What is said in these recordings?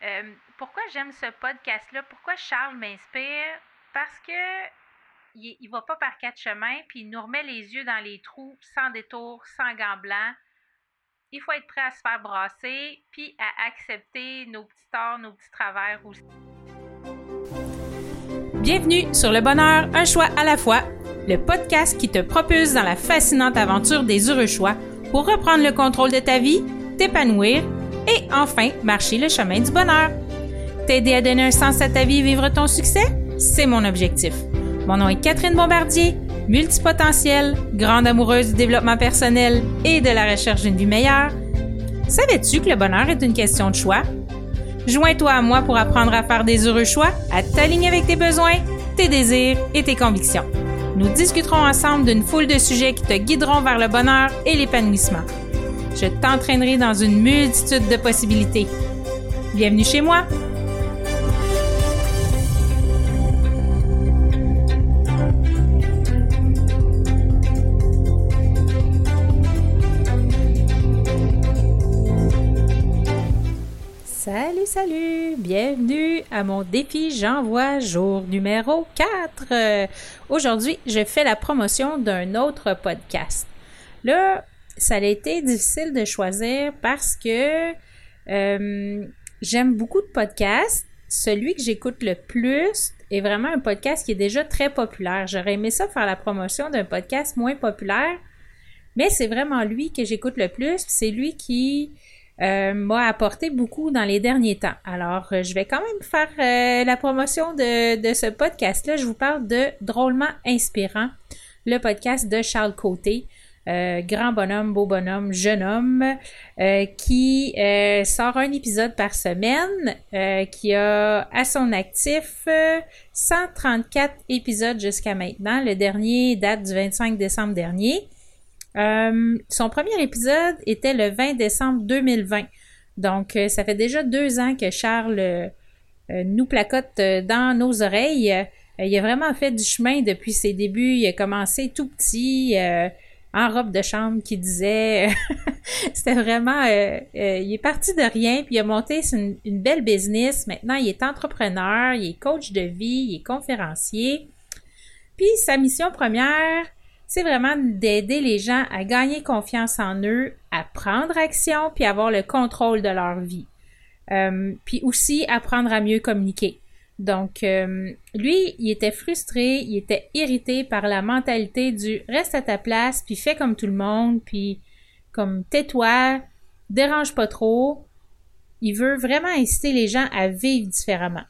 Pourquoi j'aime ce podcast-là? Pourquoi Charles m'inspire? Parce que il va pas par quatre chemins, puis il nous remet les yeux dans les trous, sans détour, sans gants blancs. Il faut être prêt à se faire brasser, puis à accepter nos petits torts, nos petits travers aussi. Bienvenue sur Le Bonheur, un choix à la fois, le podcast qui te propulse dans la fascinante aventure des heureux choix pour reprendre le contrôle de ta vie, t'épanouir et enfin marcher le chemin du bonheur. T'aider à donner un sens à ta vie et vivre ton succès, c'est mon objectif. Mon nom est Catherine Bombardier, multipotentielle, grande amoureuse du développement personnel et de la recherche d'une vie meilleure. Savais-tu que le bonheur est une question de choix? Joins-toi à moi pour apprendre à faire des heureux choix, à t'aligner avec tes besoins, tes désirs et tes convictions. Nous discuterons ensemble d'une foule de sujets qui te guideront vers le bonheur et l'épanouissement. Je t'entraînerai dans une multitude de possibilités. Bienvenue chez moi! Salut! Bienvenue à mon défi J'envoie jour numéro 4. Aujourd'hui, je fais la promotion d'un autre podcast. Là, ça a été difficile de choisir parce que j'aime beaucoup de podcasts. Celui que j'écoute le plus est vraiment un podcast qui est déjà très populaire. J'aurais aimé ça faire la promotion d'un podcast moins populaire, mais c'est vraiment lui que j'écoute le plus. C'est lui qui m'a apporté beaucoup dans les derniers temps. Alors, je vais quand même faire la promotion de ce podcast-là. Je vous parle de Drôlement Inspirant, le podcast de Charles Côté. Grand bonhomme, beau bonhomme, jeune homme, qui sort un épisode par semaine, qui a à son actif 134 épisodes jusqu'à maintenant. Le dernier date du 25 décembre dernier. Son premier épisode était le 20 décembre 2020. Donc, ça fait déjà 2 ans que Charles nous placote dans nos oreilles. Il a vraiment fait du chemin depuis ses débuts. Il a commencé tout petit, en robe de chambre, qui disait... C'était vraiment... il est parti de rien, puis il a monté une belle business. Maintenant, il est entrepreneur, il est coach de vie, il est conférencier. Puis, sa mission première... c'est vraiment d'aider les gens à gagner confiance en eux, à prendre action, puis avoir le contrôle de leur vie. Puis aussi apprendre à mieux communiquer. Donc, lui, il était frustré, il était irrité par la mentalité du « reste à ta place, puis fais comme tout le monde, puis comme tais-toi, dérange pas trop ». Il veut vraiment inciter les gens à vivre différemment.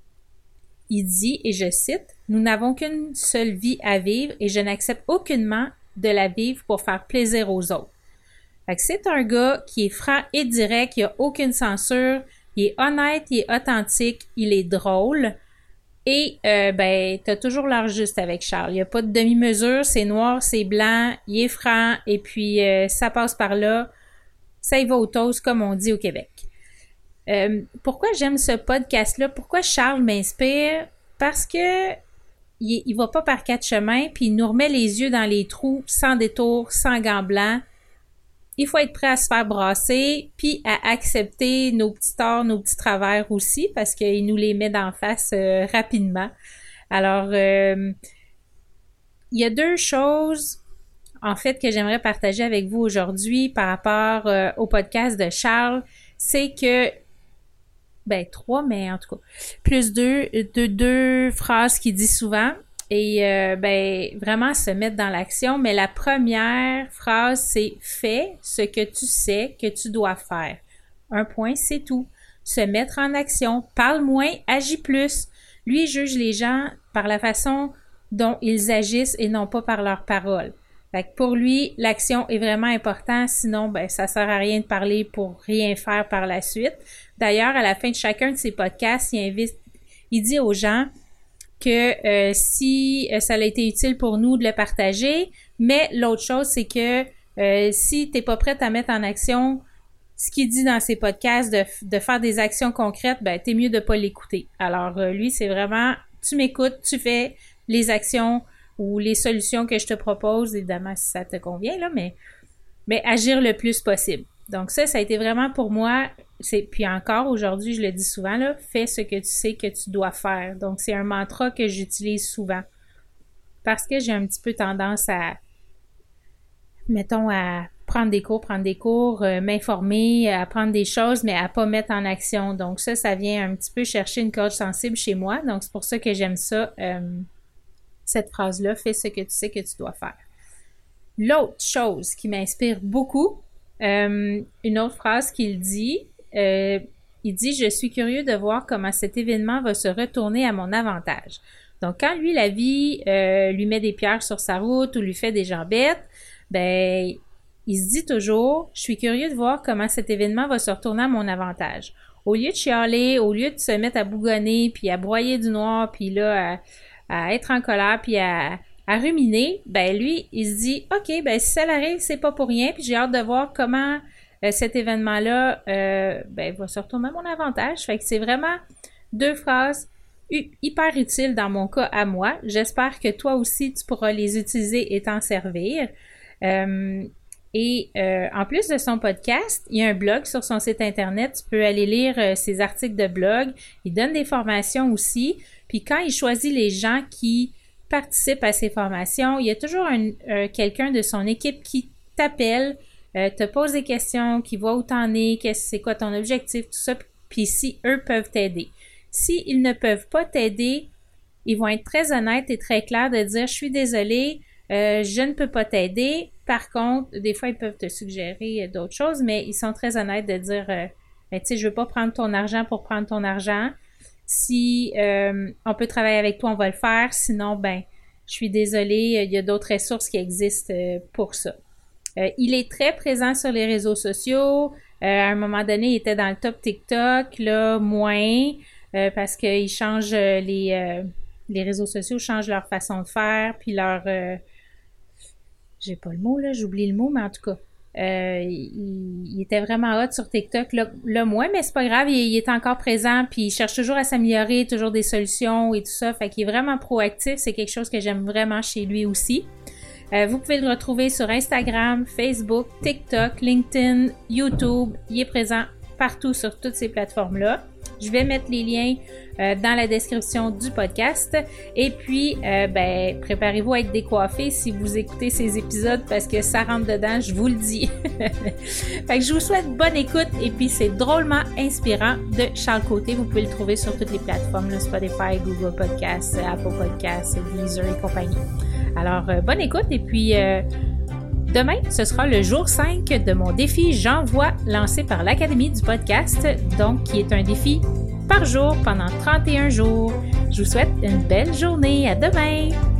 Il dit, et je cite, « Nous n'avons qu'une seule vie à vivre et je n'accepte aucunement de la vivre pour faire plaisir aux autres. » Fait que c'est un gars qui est franc et direct, il n'a aucune censure, il est honnête, il est authentique, il est drôle et t'as toujours l'air juste avec Charles. Il n'y a pas de demi-mesure, c'est noir, c'est blanc, il est franc et puis ça passe par là, ça y va au toast comme on dit au Québec. Pourquoi j'aime ce podcast-là? Pourquoi Charles m'inspire? Parce que il va pas par quatre chemins, puis il nous remet les yeux dans les trous, sans détour, sans gants blancs. Il faut être prêt à se faire brasser, puis à accepter nos petits torts, nos petits travers aussi, parce qu'il nous les met d'en face rapidement. Alors, il y a 2 choses, en fait, que j'aimerais partager avec vous aujourd'hui par rapport au podcast de Charles. C'est que 3, mais en tout cas, plus deux phrases qu'il dit souvent et vraiment se mettre dans l'action. Mais la première phrase, c'est « fais ce que tu sais que tu dois faire ». Un point, c'est tout. Se mettre en action. Parle moins, agis plus. Lui, il juge les gens par la façon dont ils agissent et non pas par leurs paroles. Fait que pour lui, l'action est vraiment importante, sinon, ça sert à rien de parler pour rien faire par la suite. D'ailleurs, à la fin de chacun de ses podcasts, il dit aux gens que si ça a été utile pour nous de le partager, mais l'autre chose, c'est que si t'es pas prête à mettre en action ce qu'il dit dans ses podcasts, de faire des actions concrètes, t'es mieux de pas l'écouter. Alors, lui, c'est vraiment, tu m'écoutes, tu fais les actions ou les solutions que je te propose, évidemment, si ça te convient, là, mais agir le plus possible. Donc ça a été vraiment pour moi, puis encore aujourd'hui, je le dis souvent, là, fais ce que tu sais que tu dois faire. Donc c'est un mantra que j'utilise souvent parce que j'ai un petit peu tendance à, mettons, à prendre des cours, m'informer, apprendre des choses, mais à pas mettre en action. Donc ça vient un petit peu chercher une corde sensible chez moi. Donc c'est pour ça que j'aime ça, cette phrase-là, fais ce que tu sais que tu dois faire. L'autre chose qui m'inspire beaucoup, une autre phrase qu'il dit, il dit « Je suis curieux de voir comment cet événement va se retourner à mon avantage. » Donc, quand lui, la vie lui met des pierres sur sa route ou lui fait des jambettes, ben, il se dit toujours « Je suis curieux de voir comment cet événement va se retourner à mon avantage. » Au lieu de chialer, au lieu de se mettre à bougonner, puis à broyer du noir, puis là, à être en colère, puis à ruminer, ben lui, il se dit « OK, ben si ça l'arrive, c'est pas pour rien, puis j'ai hâte de voir comment cet événement-là va se retourner à mon avantage. » Fait que c'est vraiment 2 phrases hyper utiles dans mon cas à moi. J'espère que toi aussi, tu pourras les utiliser et t'en servir. En plus de son podcast, il y a un blog sur son site internet. Tu peux aller lire ses articles de blog. Il donne des formations aussi. Puis quand il choisit les gens qui participe à ces formations, il y a toujours quelqu'un de son équipe qui t'appelle, te pose des questions, qui voit où t'en es, c'est quoi ton objectif, tout ça, puis si eux peuvent t'aider. S'ils ne peuvent pas t'aider, ils vont être très honnêtes et très clairs de dire « Je suis désolée, je ne peux pas t'aider. » Par contre, des fois, ils peuvent te suggérer d'autres choses, mais ils sont très honnêtes de dire « Tu sais, je veux pas prendre ton argent pour prendre ton argent. » Si on peut travailler avec toi, on va le faire. Sinon, ben, je suis désolée, il y a d'autres ressources qui existent pour ça. Il est très présent sur les réseaux sociaux. À un moment donné, il était dans le top TikTok, là, moins, parce qu'ils changent les réseaux sociaux changent leur façon de faire, puis leur... j'ai pas le mot, là, j'oublie le mot, mais en tout cas... il était vraiment hot sur TikTok, là moins, mais c'est pas grave, il est encore présent, puis il cherche toujours à s'améliorer, toujours des solutions et tout ça, fait qu'il est vraiment proactif, c'est quelque chose que j'aime vraiment chez lui aussi. Vous pouvez le retrouver sur Instagram, Facebook, TikTok, LinkedIn, YouTube, il est présent partout sur toutes ces plateformes-là. Je vais mettre les liens dans la description du podcast. Et puis, préparez-vous à être décoiffés si vous écoutez ces épisodes parce que ça rentre dedans, je vous le dis. Fait que je vous souhaite bonne écoute. Et puis, c'est drôlement inspirant de Charles Côté. Vous pouvez le trouver sur toutes les plateformes, là, Spotify, Google Podcasts, Apple Podcasts, Deezer et compagnie. Alors, bonne écoute. Et puis... demain, ce sera le jour 5 de mon défi J'envoie lancé par l'Académie du podcast, donc qui est un défi par jour pendant 31 jours. Je vous souhaite une belle journée. À demain!